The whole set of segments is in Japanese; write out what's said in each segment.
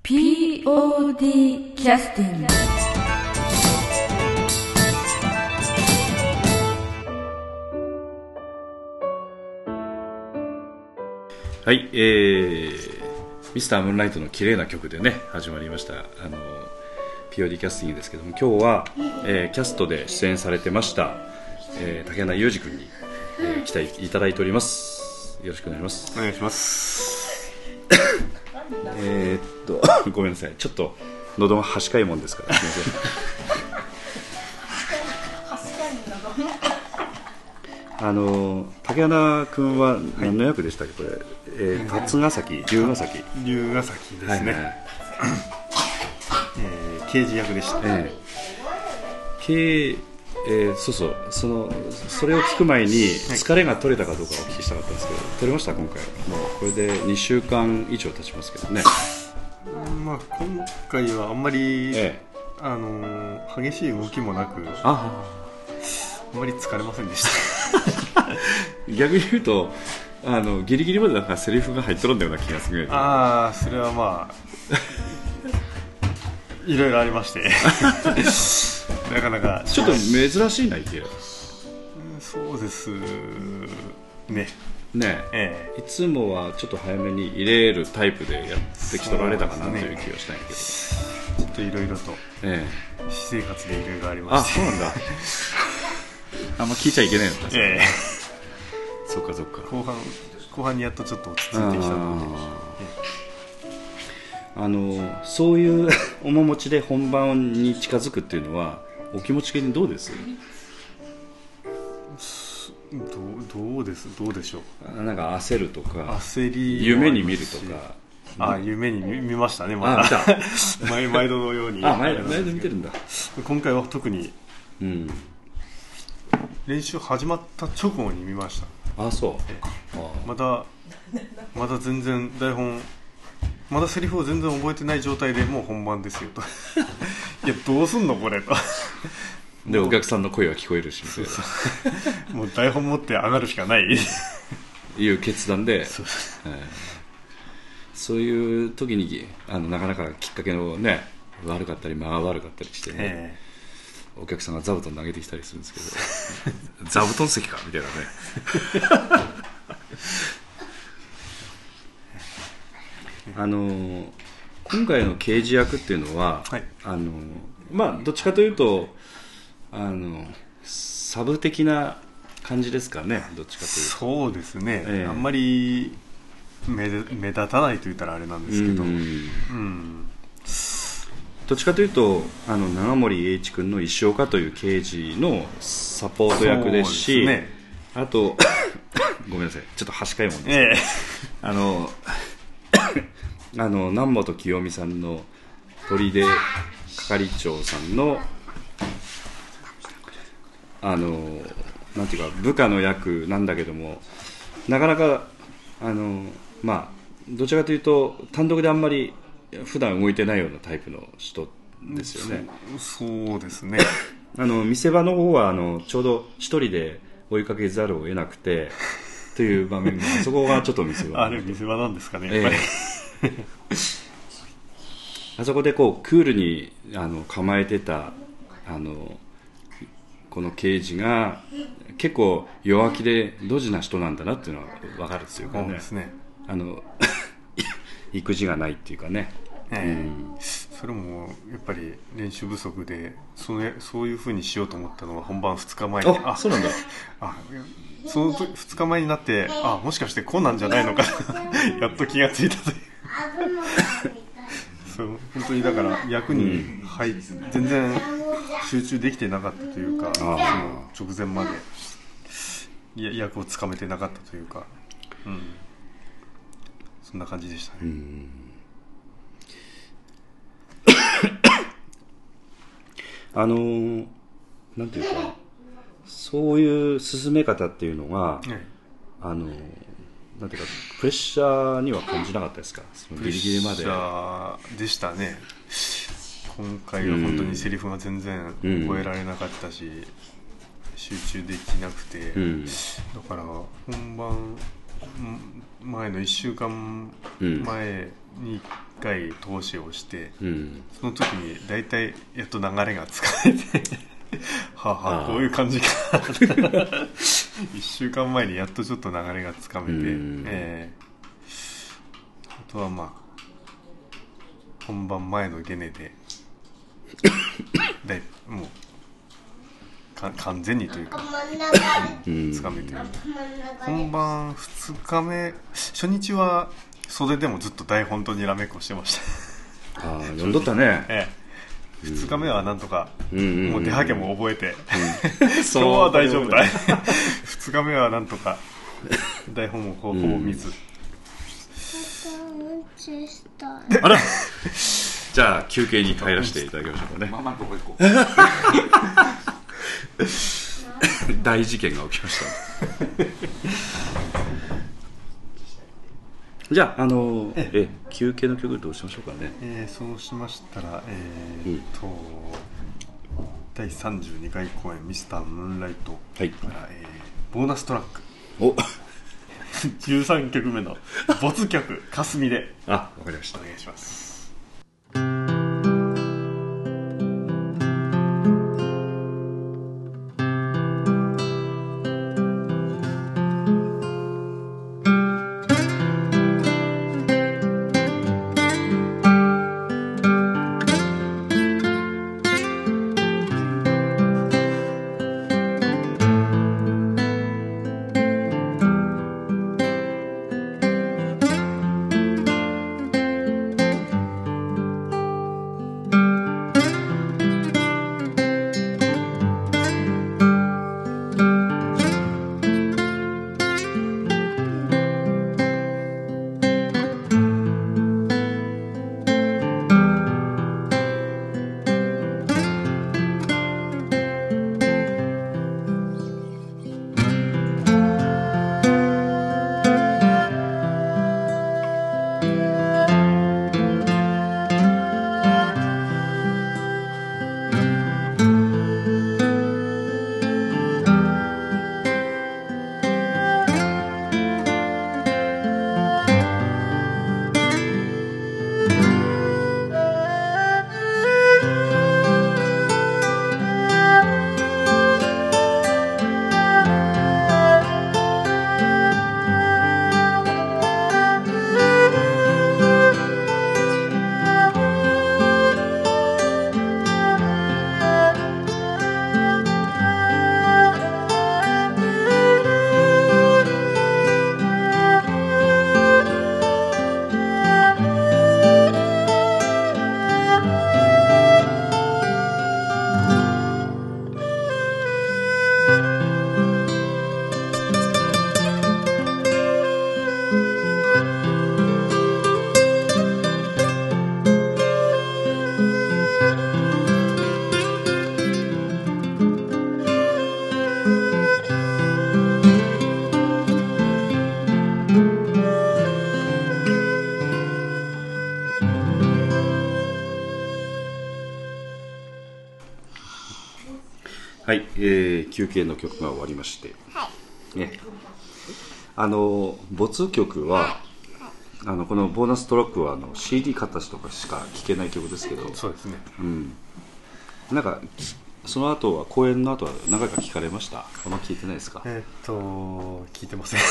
POD キャスティング。 はい、ミスタームーンライトの綺麗な曲でね始まりましたPOD キャスティングですけども、今日は、キャストで出演されてました、竹穴裕二君に、来ていただいております。よろしくお願いします。 お願いします。 ごめんなさい、ちょっと喉がはしかいもんですからすみません。竹穴君は何の役でしたっけ、これ、龍ヶ崎ですね、 はい刑事役でした。 それを聞く前に疲れが取れたかどうかをお聞きしたかったんですけど、取れました今回。もうこれで2週間以上経ちますけどね。 まあ、今回はあんまり、激しい動きもなく、あんまり疲れませんでした逆に言うとギリギリまでなんかセリフが入っとるんだような気がする。 ああ、それはまあいろいろありましてなかなかちょっと珍しいな、いける。 そうですね。 いつもはちょっと早めに入れるタイプでやってきとられたかなという気がしたんやけど、 ちょっといろいろと、私生活でいろいろありまして。 そうなんだあんま聞いちゃいけないのか、そっかそっか。 後半にやっとちょっと落ち着いてきたので、そういう面持ちで本番に近づくっていうのはお気持ち的にどうです？ どうでしょう。 なんか焦るとか、 焦り、 夢に見るとか。 夢に見ましたね。また毎度のように毎度見てるんだ。 今回は特に、練習始まった直後に見ました。まだ全然台本、まだセリフを全然覚えてない状態でもう本番ですよといや、どうすんのこれとでお客さんの声は聞こえるしみたいなもう台本持って上がるしかないいう決断で、そういう時になかなかきっかけのね、悪かったり間が悪かったりしてね、お客さんが座布団投げてきたりするんですけど座布団席かみたいなね今回の刑事役っていうのは、どっちかというとサブ的な感じですかね。どっちかというとそうですね、あんまり目立たないと言ったらあれなんですけど、 どっちかというと長森栄一君の石岡という刑事のサポート役ですし、あとごめんなさい、ちょっとはしかいもんですけど、南本清美さんの砦係長さんのなんていうか部下の役なんだけども、なかなかどちらかというと単独であんまり普段動いてないようなタイプの人ですよね。 そうですね見せ場の方はちょうど一人で追いかけざるを得なくてという場面がそこがちょっと見せ場あれ見せ場なんですかね、やっぱりあそこでこうクールに構えてたこの刑事が結構弱気でドジな人なんだなっていうのは分かるんですよね。 そうですね育児がないっていうかね、 それもやっぱり練習不足でそういう風にしようと思ったのは本番2日前に。 そうなんだその2日前になって、もしかしてこうなんじゃないのかやっと気がついたというそう本当にだから役に、全然集中できてなかったというか、その直前まで役をつかめてなかったというか、そんな感じでしたね。 なんていうか、そういう進め方っていうのが、なんていうかプレッシャーには感じなかったですか？そのギリギリまで。 プレッシャーでしたね。今回は本当にセリフが全然覚えられなかったし、集中できなくて、だから本番前の1週間前に回投資をして、 うん、 その時に大体やっと流れがつかめてははこういう感じか1週間前にやっとちょっと流れがつかめて、あとはまあ本番前のゲネでもう完全にというかつかめて、本番2日目初日は袖でもずっと台本とにらめっこしてました読んどったね、 2日目はなんとか、もう手はけも覚えて、今日はは大丈夫だ2日目はなんとか台本もほぼ見ず、 あらじゃあ休憩に入らせていただきましょうかね。 ママどこ行こう大事件が起きましたじゃあ、休憩の曲どうしましょうかね。 そうしましたら第32回公演ミスタームーンライトから、ボーナストラック13曲目の没曲霞でわかりました。 お願いします。 はい、休憩の曲が終わりまして、ね、没曲は、このボーナストラックはCD 買った人とかしか聴けない曲ですけど、 そうですね、 なんかその後は公演の後は何回か聴かれました？あんま聴いてないですか？ 聴いてません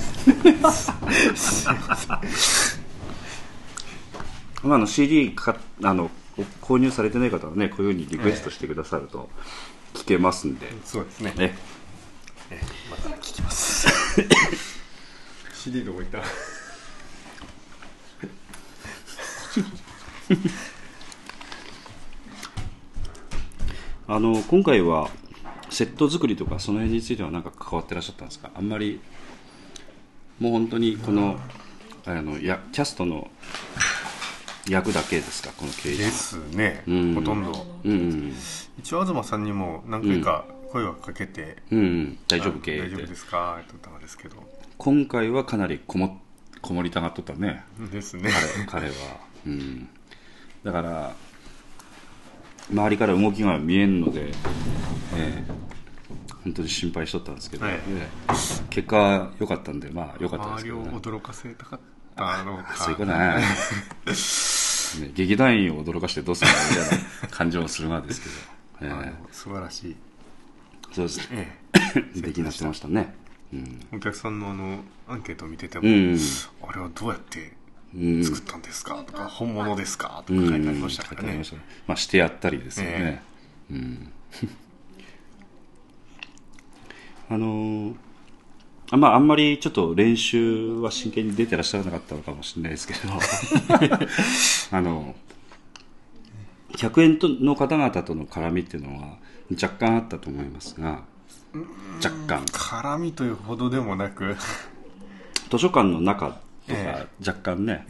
CD 購入されてない方はね、こういうふうにリクエストしてくださると聴けますんで、 そうですね、また聴きますCD どこ行った今回はセット作りとかその辺については何か関わってらっしゃったんですか？あんまりもう本当にこのキャストの役だけですか、この刑事ですね、ほとんど、一応東さんにも何回か声をかけて、 大丈夫系大丈夫ですかって言ったんですけど、 今回はかなりこもりたがっとったね。 ですね彼は、だから周りから動きが見えんので、本当に心配しとったんですけど、結果良かったんで、まあ良かったですけどね。 周りを驚かせたかったのかそういうことねね、劇団員を驚かしてどうするかみたいな感じもするがですけど、 素晴らしい。 そうですね、出来になってましたね。 お客さんのアンケートを見てても、あれはどうやって作ったんですかとか、本物ですかとか書いてありましたからね。 まあしてやったりですよね。まああんまりちょっと練習は真剣に出てらっしゃらなかったのかもしれないですけど100円の方々との絡みっていうのは若干あったと思いますが、若干絡みというほどでもなく図書館の中とか若干ね、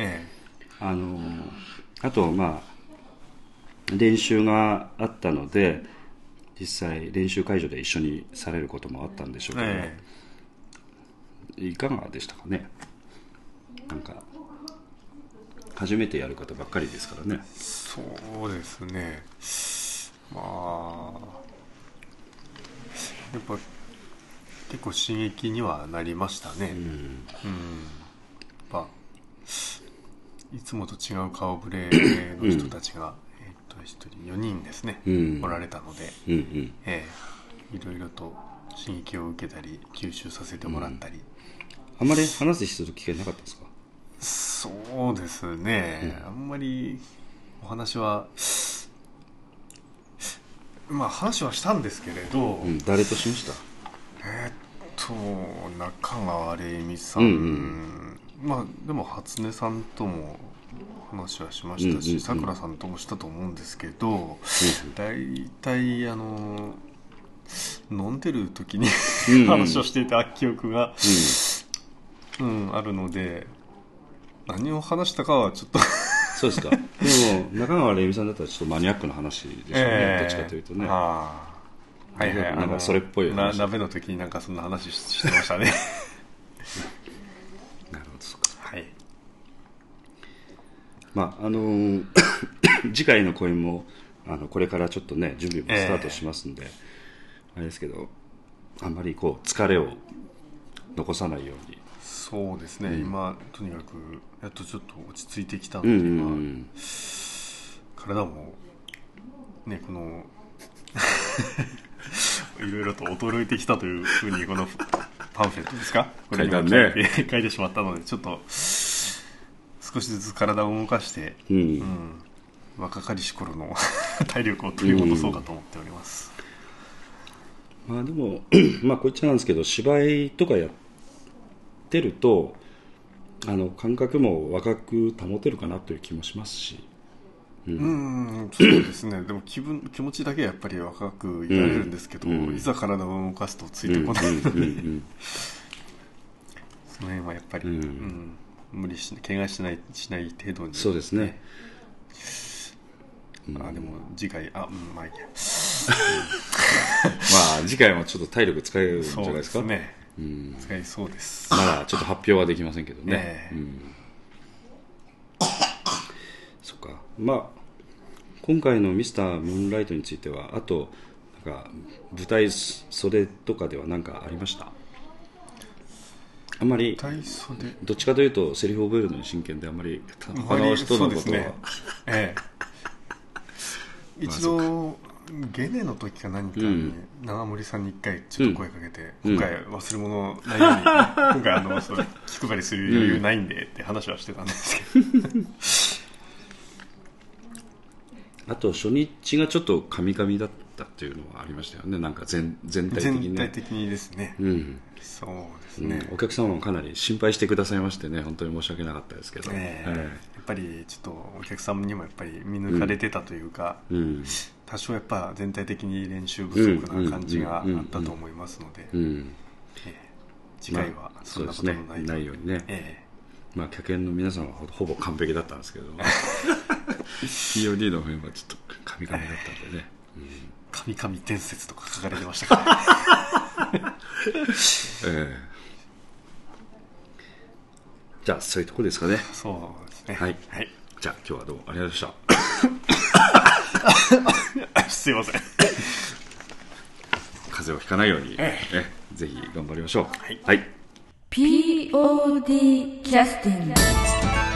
あとまあ練習があったので実際練習会場で一緒にされることもあったんでしょうけど、いかがでしたかね。なんか初めてやる方ばっかりですからね。 そうですね、まあやっぱ結構刺激にはなりましたね。いつもと違う顔ぶれの人たちが、1人4人ですね、おられたので、いろいろと刺激を受けたり吸収させてもらったり、 あんまり話する機会なかったですか？ そうですね、あんまりお話はまあ話はしたんですけれど、 誰としました？ 中川玲美さん、まあでも初音さんとも話はしましたし、さくらさんともしたと思うんですけど、だいたい飲んでる時に話をしていた記憶があるので、何を話したかはちょっとそうですか。でも中川玲美さんだったらちょっとマニアックな話でしょうね、どっちかというとね。なんかそれっぽい話、 鍋の時になんかそんな話してましたねなるほど、そうか。 はい。 まあ次回の公演もこれからちょっとね準備もスタートしますんで、あれですけど、あんまりこう疲れを残さないように。 そうですね、今とにかくやっとちょっと落ち着いてきたので、今体もねこのいろいろと衰えてきたというふうにこのパンフレットですか、これにも書いてしまったので、ちょっと少しずつ体を動かして、若かりし頃の体力を取り戻そうかと思っております。 まあでもまあこう言っちゃなんですけど、芝居とかやってると感覚も若く保てるかなという気もしますし、 そうですね。でも気持ちだけはやっぱり若くいられるんですけど、いざ体を動かすとついてこないので、その辺はやっぱり、無理し怪我しない程度に。 そうですね。 でも次回まあいいやまあ次回もちょっと体力使えるんじゃないですか。 そうですね、使いそうです。 まだちょっと発表はできませんけどね。そっか。まあ今回のミスタームーンライトについては、あとなんか舞台袖とかでは何かありました？あんまりどっちかというとセリフを覚えるのに真剣で、あんまり他の人のことは、 一度ゲネの時か何かに長森さんに一回ちょっと声かけて、今回忘れ物ないように、今回それ気配りする余裕ないんでって話はしてたんですけどあと初日がちょっとカミカミだったっていうのはありましたよね。なんか全体的にね。 全体的にですね。そうですね。 お客様もかなり心配してくださいましてね、本当に申し訳なかったですけど、やっぱりちょっとお客様にもやっぱり見抜かれてたというか、多少やっぱ全体的に練習不足な感じがあったと思いますので、次回はそんなことのないようにね。まあ客演の皆さんはほぼ完璧だったんですけどPOD の面はちょっとカミカミだったんでね、 カミカミ伝説とか書かれてましたからねじゃあそういうところですかね。 そうですね。 はい、じゃあ今日はどうもありがとうございましたすいません風邪をひかないように、ぜひ頑張りましょう。はい、 POD キャスティング